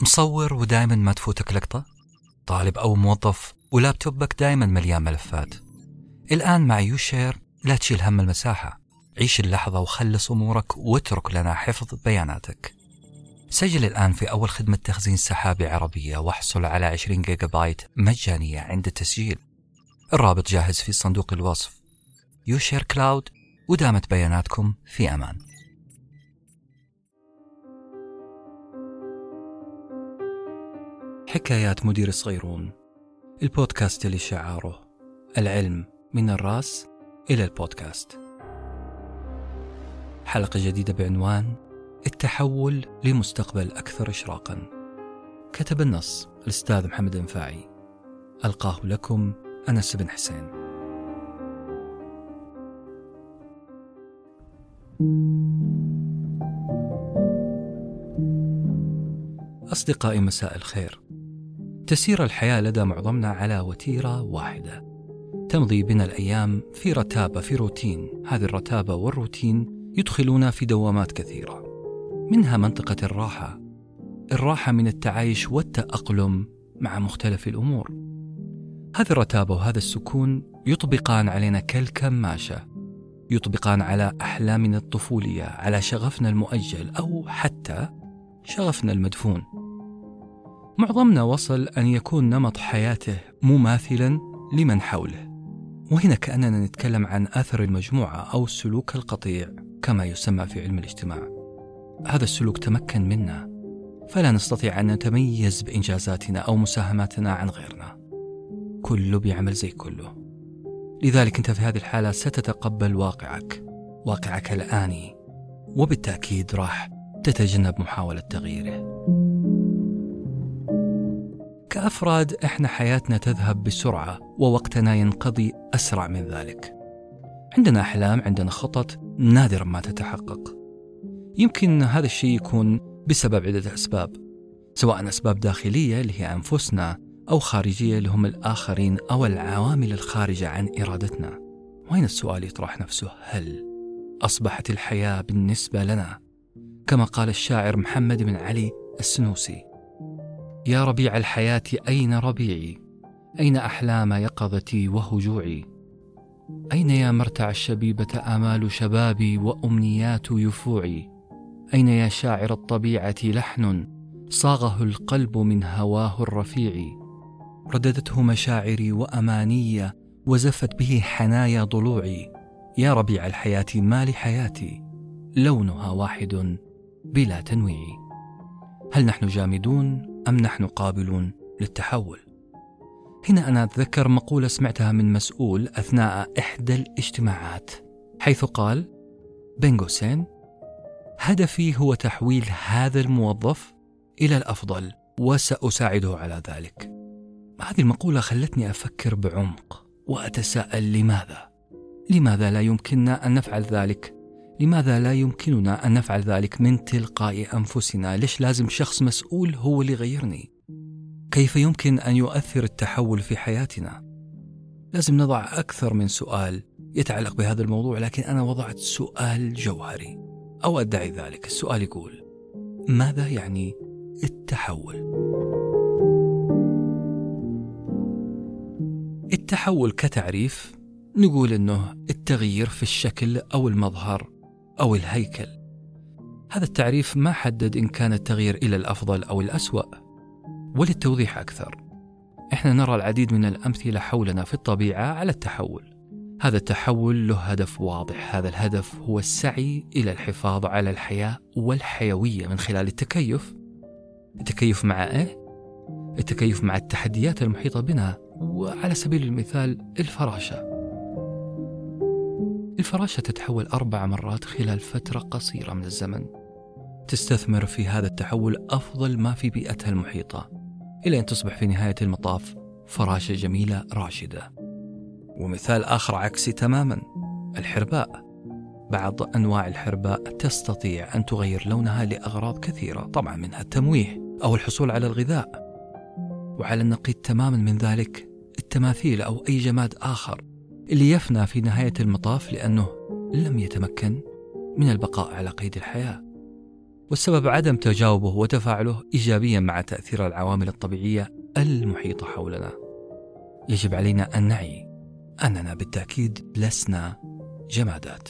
مصور ودائما ما تفوتك لقطة؟ طالب أو موظف ولابتوبك دائما مليان ملفات؟ الآن مع YouShare لا تشيل هم المساحة، عيش اللحظة وخلص أمورك واترك لنا حفظ بياناتك. سجل الآن في أول خدمة تخزين سحابي عربية واحصل على 20 جيجا بايت مجانية عند التسجيل. الرابط جاهز في صندوق الوصف. YouShare كلاود، ودامت بياناتكم في أمان. حكايات مدير صغيرون، البودكاست اللي شعاره العلم من الراس إلى البودكاست. حلقة جديدة بعنوان التحول لمستقبل أكثر إشراقا. كتب النص الأستاذ محمد انفاعي، ألقاه لكم أنس بن حسين. أصدقائي، مساء الخير. تسير الحياة لدى معظمنا على وتيرة واحدة، تمضي بنا الأيام في رتابة، في روتين. هذه الرتابة والروتين يدخلونا في دوامات كثيرة، منها منطقة الراحة من التعايش والتأقلم مع مختلف الأمور. هذه الرتابة وهذا السكون يطبقان علينا كالكماشة، يطبقان على أحلامنا الطفولية، على شغفنا المؤجل أو حتى شغفنا المدفون. معظمنا وصل أن يكون نمط حياته مماثلا لمن حوله، وهنا كأننا نتكلم عن أثر المجموعة أو السلوك القطيع كما يسمى في علم الاجتماع. هذا السلوك تمكن منا، فلا نستطيع أن نتميز بإنجازاتنا أو مساهماتنا عن غيرنا. كله بيعمل زي كله، لذلك أنت في هذه الحالة ستتقبل واقعك الآني، وبالتأكيد راح تتجنب محاولة تغييره. كأفراد إحنا حياتنا تذهب بسرعة ووقتنا ينقضي أسرع من ذلك. عندنا أحلام، عندنا خطط، نادرا ما تتحقق. يمكن هذا الشيء يكون بسبب عدة أسباب، سواء أسباب داخلية اللي هي أنفسنا، أو خارجية اللي هم الآخرين أو العوامل الخارجة عن إرادتنا. وهنا السؤال يطرح نفسه: هل أصبحت الحياة بالنسبة لنا كما قال الشاعر محمد بن علي السنوسي: يا ربيع الحياة أين ربيعي؟ أين أحلام يقظتي وهجوعي؟ أين يا مرتع الشبيبة آمال شبابي وأمنيات يفوعي؟ أين يا شاعر الطبيعة لحن صاغه القلب من هواه الرفيع؟ رددته مشاعري وأماني وزفت به حنايا ضلوعي. يا ربيع الحياة ما لحياتي لونها واحد بلا تنويع. هل نحن جامدون أم نحن قابلون للتحول؟ هنا أنا أتذكر مقولة سمعتها من مسؤول أثناء إحدى الاجتماعات، حيث قال: بين قوسين، هدفي هو تحويل هذا الموظف إلى الأفضل وسأساعده على ذلك. هذه المقولة خلتني أفكر بعمق وأتساءل: لماذا لا يمكننا أن نفعل ذلك؟ لماذا لا يمكننا أن نفعل ذلك من تلقاء أنفسنا؟ ليش لازم شخص مسؤول هو اللي يغيرني؟ كيف يمكن أن يؤثر التحول في حياتنا؟ لازم نضع أكثر من سؤال يتعلق بهذا الموضوع، لكن أنا وضعت سؤال جوهري أو أدعي ذلك. السؤال يقول: ماذا يعني التحول؟ التحول كتعريف نقول إنه التغيير في الشكل أو المظهر أو الهيكل. هذا التعريف ما حدد إن كان التغيير إلى الأفضل أو الأسوأ. وللتوضيح أكثر، إحنا نرى العديد من الأمثلة حولنا في الطبيعة على التحول. هذا التحول له هدف واضح، هذا الهدف هو السعي إلى الحفاظ على الحياة والحيوية من خلال التكيف مع إيه؟ التكيف مع التحديات المحيطة بنا. وعلى سبيل المثال الفراشة تتحول 4 مرات خلال فترة قصيرة من الزمن، تستثمر في هذا التحول أفضل ما في بيئتها المحيطة، إلى أن تصبح في نهاية المطاف فراشة جميلة راشدة. ومثال آخر عكسي تماما: الحرباء. بعض أنواع الحرباء تستطيع أن تغير لونها لأغراض كثيرة، طبعا منها التمويه أو الحصول على الغذاء. وعلى النقيض تماما من ذلك التماثيل أو أي جماد آخر اللي يفنى في نهاية المطاف لأنه لم يتمكن من البقاء على قيد الحياة. والسبب عدم تجاوبه وتفاعله إيجابيا مع تأثير العوامل الطبيعية المحيطة حولنا. يجب علينا أن نعي أننا بالتأكيد لسنا جمادات.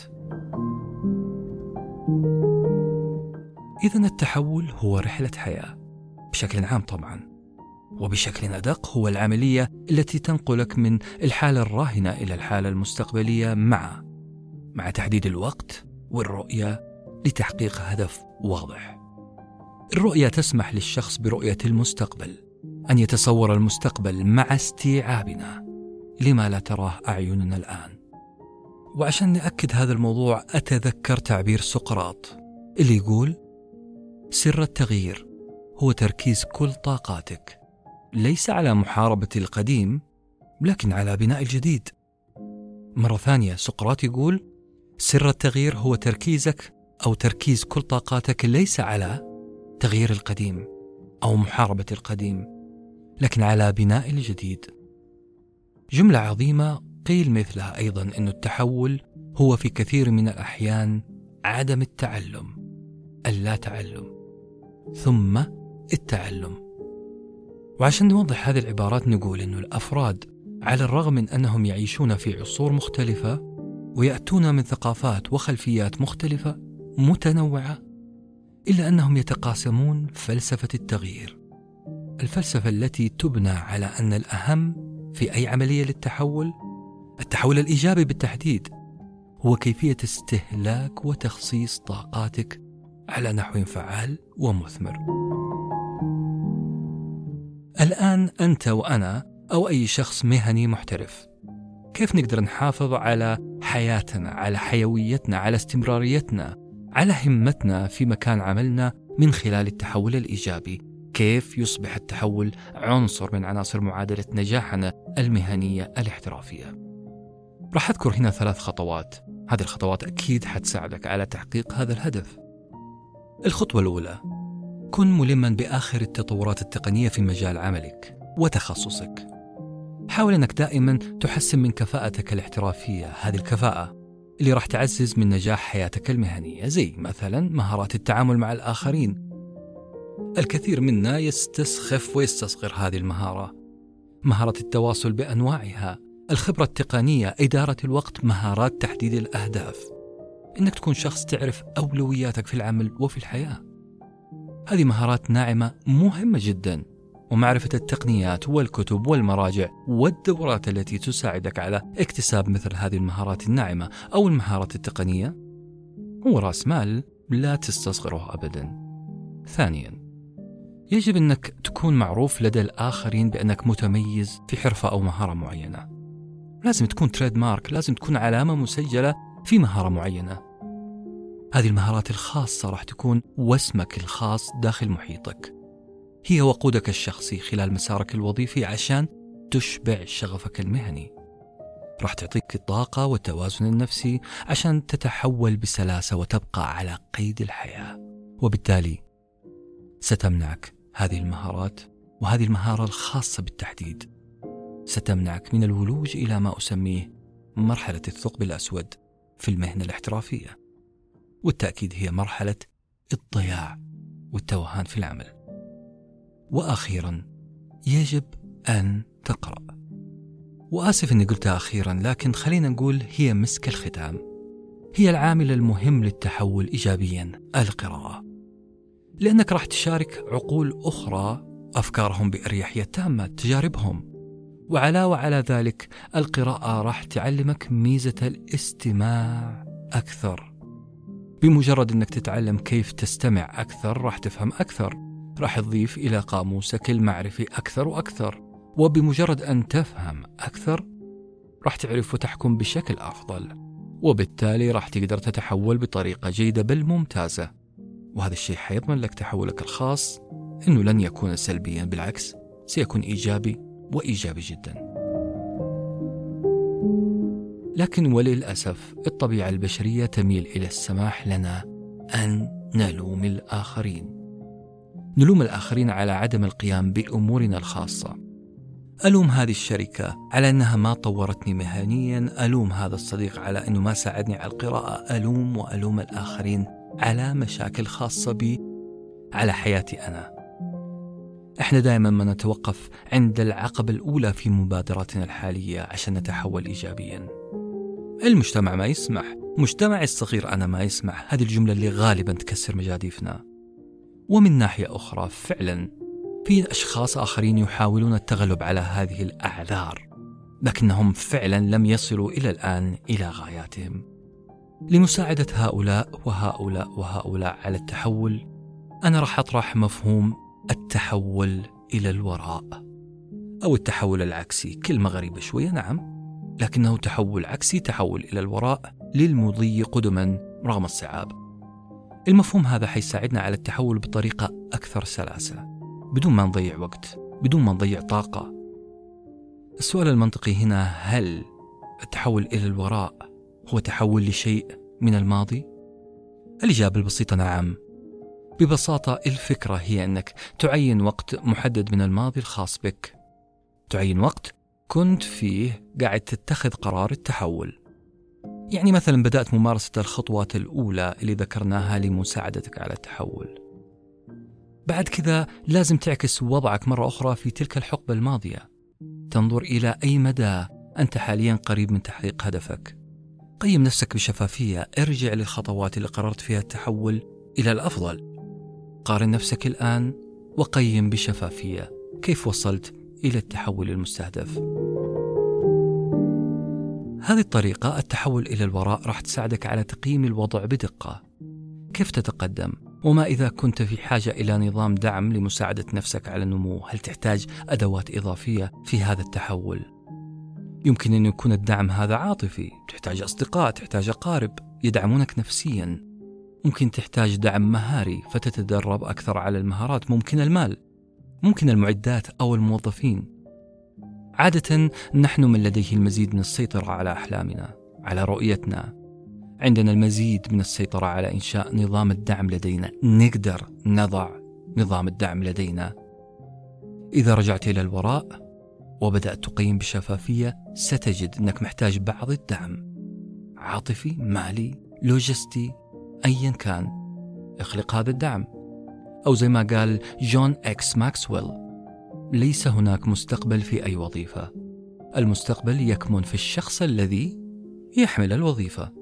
إذن التحول هو رحلة حياة بشكل عام طبعا، وبشكل أدق هو العملية التي تنقلك من الحالة الراهنة إلى الحالة المستقبلية مع تحديد الوقت والرؤية لتحقيق هدف واضح. الرؤية تسمح للشخص برؤية المستقبل، أن يتصور المستقبل مع استيعابنا لما لا تراه أعيننا الآن. وعشان نأكد هذا الموضوع أتذكر تعبير سقراط اللي يقول: سر التغيير هو تركيز كل طاقاتك ليس على محاربة القديم لكن على بناء الجديد. مرة ثانية سقراط يقول: سر التغيير هو تركيزك أو تركيز كل طاقاتك ليس على تغيير القديم أو محاربة القديم لكن على بناء الجديد. جملة عظيمة قيل مثلها أيضا أن التحول هو في كثير من الأحيان عدم التعلم، اللا تعلم، ثم التعلم. وعشان نوضح هذه العبارات نقول أن الأفراد على الرغم من أنهم يعيشون في عصور مختلفة ويأتون من ثقافات وخلفيات مختلفة متنوعة، إلا أنهم يتقاسمون فلسفة التغيير، الفلسفة التي تبنى على أن الأهم في أي عملية للتحول، التحول الإيجابي بالتحديد، هو كيفية استهلاك وتخصيص طاقاتك على نحو فعال ومثمر. الآن أنت وأنا أو أي شخص مهني محترف، كيف نقدر نحافظ على حياتنا، على حيويتنا، على استمراريتنا، على همتنا في مكان عملنا من خلال التحول الإيجابي؟ كيف يصبح التحول عنصر من عناصر معادلة نجاحنا المهنية الاحترافية؟ راح أذكر هنا 3 خطوات. هذه الخطوات أكيد حتساعدك على تحقيق هذا الهدف. الخطوة الأولى: كن ملما بآخر التطورات التقنية في مجال عملك وتخصصك. حاول أنك دائما تحسن من كفاءتك الاحترافية، هذه الكفاءة اللي راح تعزز من نجاح حياتك المهنية، زي مثلا مهارات التعامل مع الآخرين. الكثير منا يستسخف ويستصغر هذه المهارة، مهارة التواصل بأنواعها، الخبرة التقنية، إدارة الوقت، مهارات تحديد الأهداف، إنك تكون شخص تعرف أولوياتك في العمل وفي الحياة. هذه مهارات ناعمة مهمة جدا، ومعرفة التقنيات والكتب والمراجع والدورات التي تساعدك على اكتساب مثل هذه المهارات الناعمة أو المهارات التقنية هو رأس مال لا تستصغره أبدا. ثانيا، يجب أنك تكون معروف لدى الآخرين بأنك متميز في حرفة أو مهارة معينة. لازم تكون تريد مارك، لازم تكون علامة مسجلة في مهارة معينة. هذه المهارات الخاصة راح تكون وسمك الخاص داخل محيطك، هي وقودك الشخصي خلال مسارك الوظيفي عشان تشبع شغفك المهني. راح تعطيك الطاقة والتوازن النفسي عشان تتحول بسلاسة وتبقى على قيد الحياة. وبالتالي ستمنعك هذه المهارات، وهذه المهارة الخاصة بالتحديد ستمنعك من الولوج إلى ما أسميه مرحلة الثقب الأسود في المهنة الاحترافية، والتأكيد هي مرحلة الضياع والتوهان في العمل. وأخيرا، يجب أن تقرأ. وآسف أني قلتها أخيرا، لكن خلينا نقول هي مسك الختام، هي العامل المهم للتحول إيجابيا، القراءة، لأنك راح تشارك عقول أخرى أفكارهم بأريحية تامة، تجاربهم. وعلاوة على ذلك القراءة راح تعلمك ميزة الاستماع أكثر. بمجرد أنك تتعلم كيف تستمع أكثر راح تفهم أكثر، راح تضيف إلى قاموسك المعرفي أكثر وأكثر، وبمجرد أن تفهم أكثر راح تعرف وتحكم بشكل أفضل، وبالتالي راح تقدر تتحول بطريقة جيدة بل ممتازة. وهذا الشيء حيضمن لك تحولك الخاص أنه لن يكون سلبيا، بالعكس سيكون إيجابي وإيجابي جدا. لكن وللأسف الطبيعة البشرية تميل إلى السماح لنا أن نلوم الآخرين على عدم القيام بأمورنا الخاصة. ألوم هذه الشركة على أنها ما طورتني مهنيا، ألوم هذا الصديق على أنه ما ساعدني على القراءة، ألوم الآخرين على مشاكل خاصة بي على حياتي أنا. إحنا دائما ما نتوقف عند العقبة الأولى في مبادراتنا الحالية عشان نتحول إيجابيا. المجتمع ما يسمح، مجتمعي الصغير أنا ما يسمح، هذه الجملة اللي غالبا تكسر مجاديفنا. ومن ناحية أخرى فعلا في أشخاص آخرين يحاولون التغلب على هذه الأعذار، لكنهم فعلا لم يصلوا إلى الآن إلى غاياتهم. لمساعدة هؤلاء وهؤلاء وهؤلاء على التحول، أنا راح أطرح مفهوم التحول إلى الوراء أو التحول العكسي. كلمة غريبة شوية نعم، لكنه تحول عكسي، تحول إلى الوراء للمضي قدما رغم الصعاب. المفهوم هذا حيساعدنا على التحول بطريقة أكثر سلاسة، بدون ما نضيع وقت، بدون ما نضيع طاقة. السؤال المنطقي هنا، هل التحول إلى الوراء هو تحول لشيء من الماضي؟ الإجابة البسيطة نعم. ببساطة الفكرة هي أنك تعين وقت محدد من الماضي الخاص بك، تعين وقت كنت فيه قاعد تتخذ قرار التحول. يعني مثلا بدأت ممارسة الخطوات الأولى اللي ذكرناها لمساعدتك على التحول. بعد كذا لازم تعكس وضعك مرة أخرى في تلك الحقبة الماضية، تنظر إلى أي مدى أنت حاليا قريب من تحقيق هدفك. قيم نفسك بشفافية، ارجع للخطوات اللي قررت فيها التحول إلى الأفضل. قارن نفسك الآن وقيم بشفافية كيف وصلت إلى التحول المستهدف. هذه الطريقة التحول إلى الوراء راح تساعدك على تقييم الوضع بدقة، كيف تتقدم، وما إذا كنت في حاجة إلى نظام دعم لمساعدة نفسك على النمو. هل تحتاج أدوات إضافية في هذا التحول؟ يمكن أن يكون الدعم هذا عاطفي، تحتاج أصدقاء، تحتاج أقارب يدعمونك نفسيا. ممكن تحتاج دعم مهاري فتتدرب أكثر على المهارات. ممكن المال، ممكن المعدات أو الموظفين. عادة نحن من لديه المزيد من السيطرة على أحلامنا، على رؤيتنا. عندنا المزيد من السيطرة على إنشاء نظام الدعم لدينا، نقدر نضع نظام الدعم لدينا. إذا رجعت إلى الوراء وبدأت تقيم بشفافية، ستجد أنك محتاج بعض الدعم، عاطفي، مالي، لوجستي، أيا كان. اخلق هذا الدعم. أو زي ما قال جون إكس ماكسويل، ليس هناك مستقبل في أي وظيفة، المستقبل يكمن في الشخص الذي يحمل الوظيفة.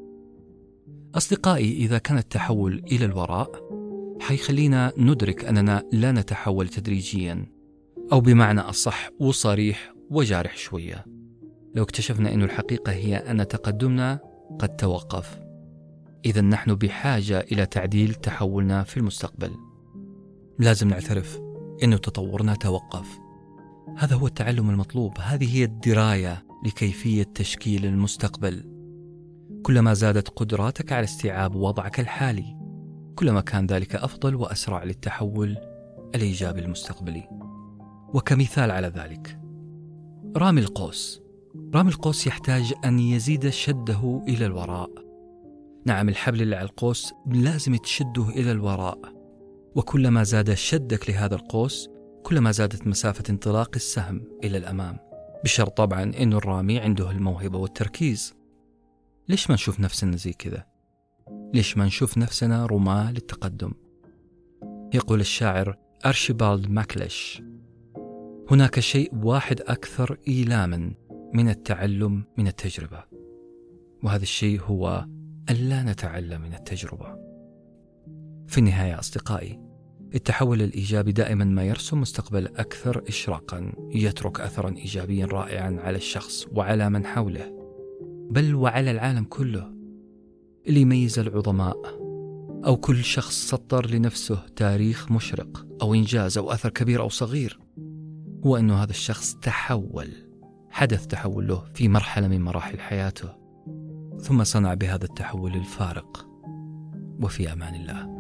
أصدقائي، إذا كان التحول إلى الوراء حيخلينا ندرك أننا لا نتحول تدريجيا، أو بمعنى أصح وصريح وجارح شوية. لو اكتشفنا أن الحقيقة هي أن تقدمنا قد توقف، إذا نحن بحاجة إلى تعديل تحولنا في المستقبل. لازم نعترف أن تطورنا توقف. هذا هو التعلم المطلوب، هذه هي الدراية لكيفية تشكيل المستقبل. كلما زادت قدراتك على استيعاب وضعك الحالي، كلما كان ذلك أفضل وأسرع للتحول الإيجابي المستقبلي. وكمثال على ذلك، رامي القوس. رامي القوس يحتاج أن يزيد شده إلى الوراء. نعم، الحبل اللي على القوس لازم تشده إلى الوراء، وكلما زاد شدك لهذا القوس كلما زادت مسافة انطلاق السهم إلى الأمام، بشرط طبعا أن الرامي عنده الموهبة والتركيز. ليش ما نشوف نفسنا زي كذا؟ ليش ما نشوف نفسنا رماة للتقدم؟ يقول الشاعر أرشيبالد ماكليش، هناك شيء واحد أكثر إيلاما من التعلم من التجربة، وهذا الشيء هو ألا نتعلم من التجربة. في النهاية أصدقائي، التحول الإيجابي دائما ما يرسم مستقبل أكثر إشراقا، يترك أثرا إيجابيا رائعا على الشخص وعلى من حوله، بل وعلى العالم كله. اللي يميز العظماء أو كل شخص سطر لنفسه تاريخ مشرق أو إنجاز أو أثر كبير أو صغير هو أنه هذا الشخص تحول، حدث تحول له في مرحلة من مراحل حياته، ثم صنع بهذا التحول الفارق. وفي أمان الله.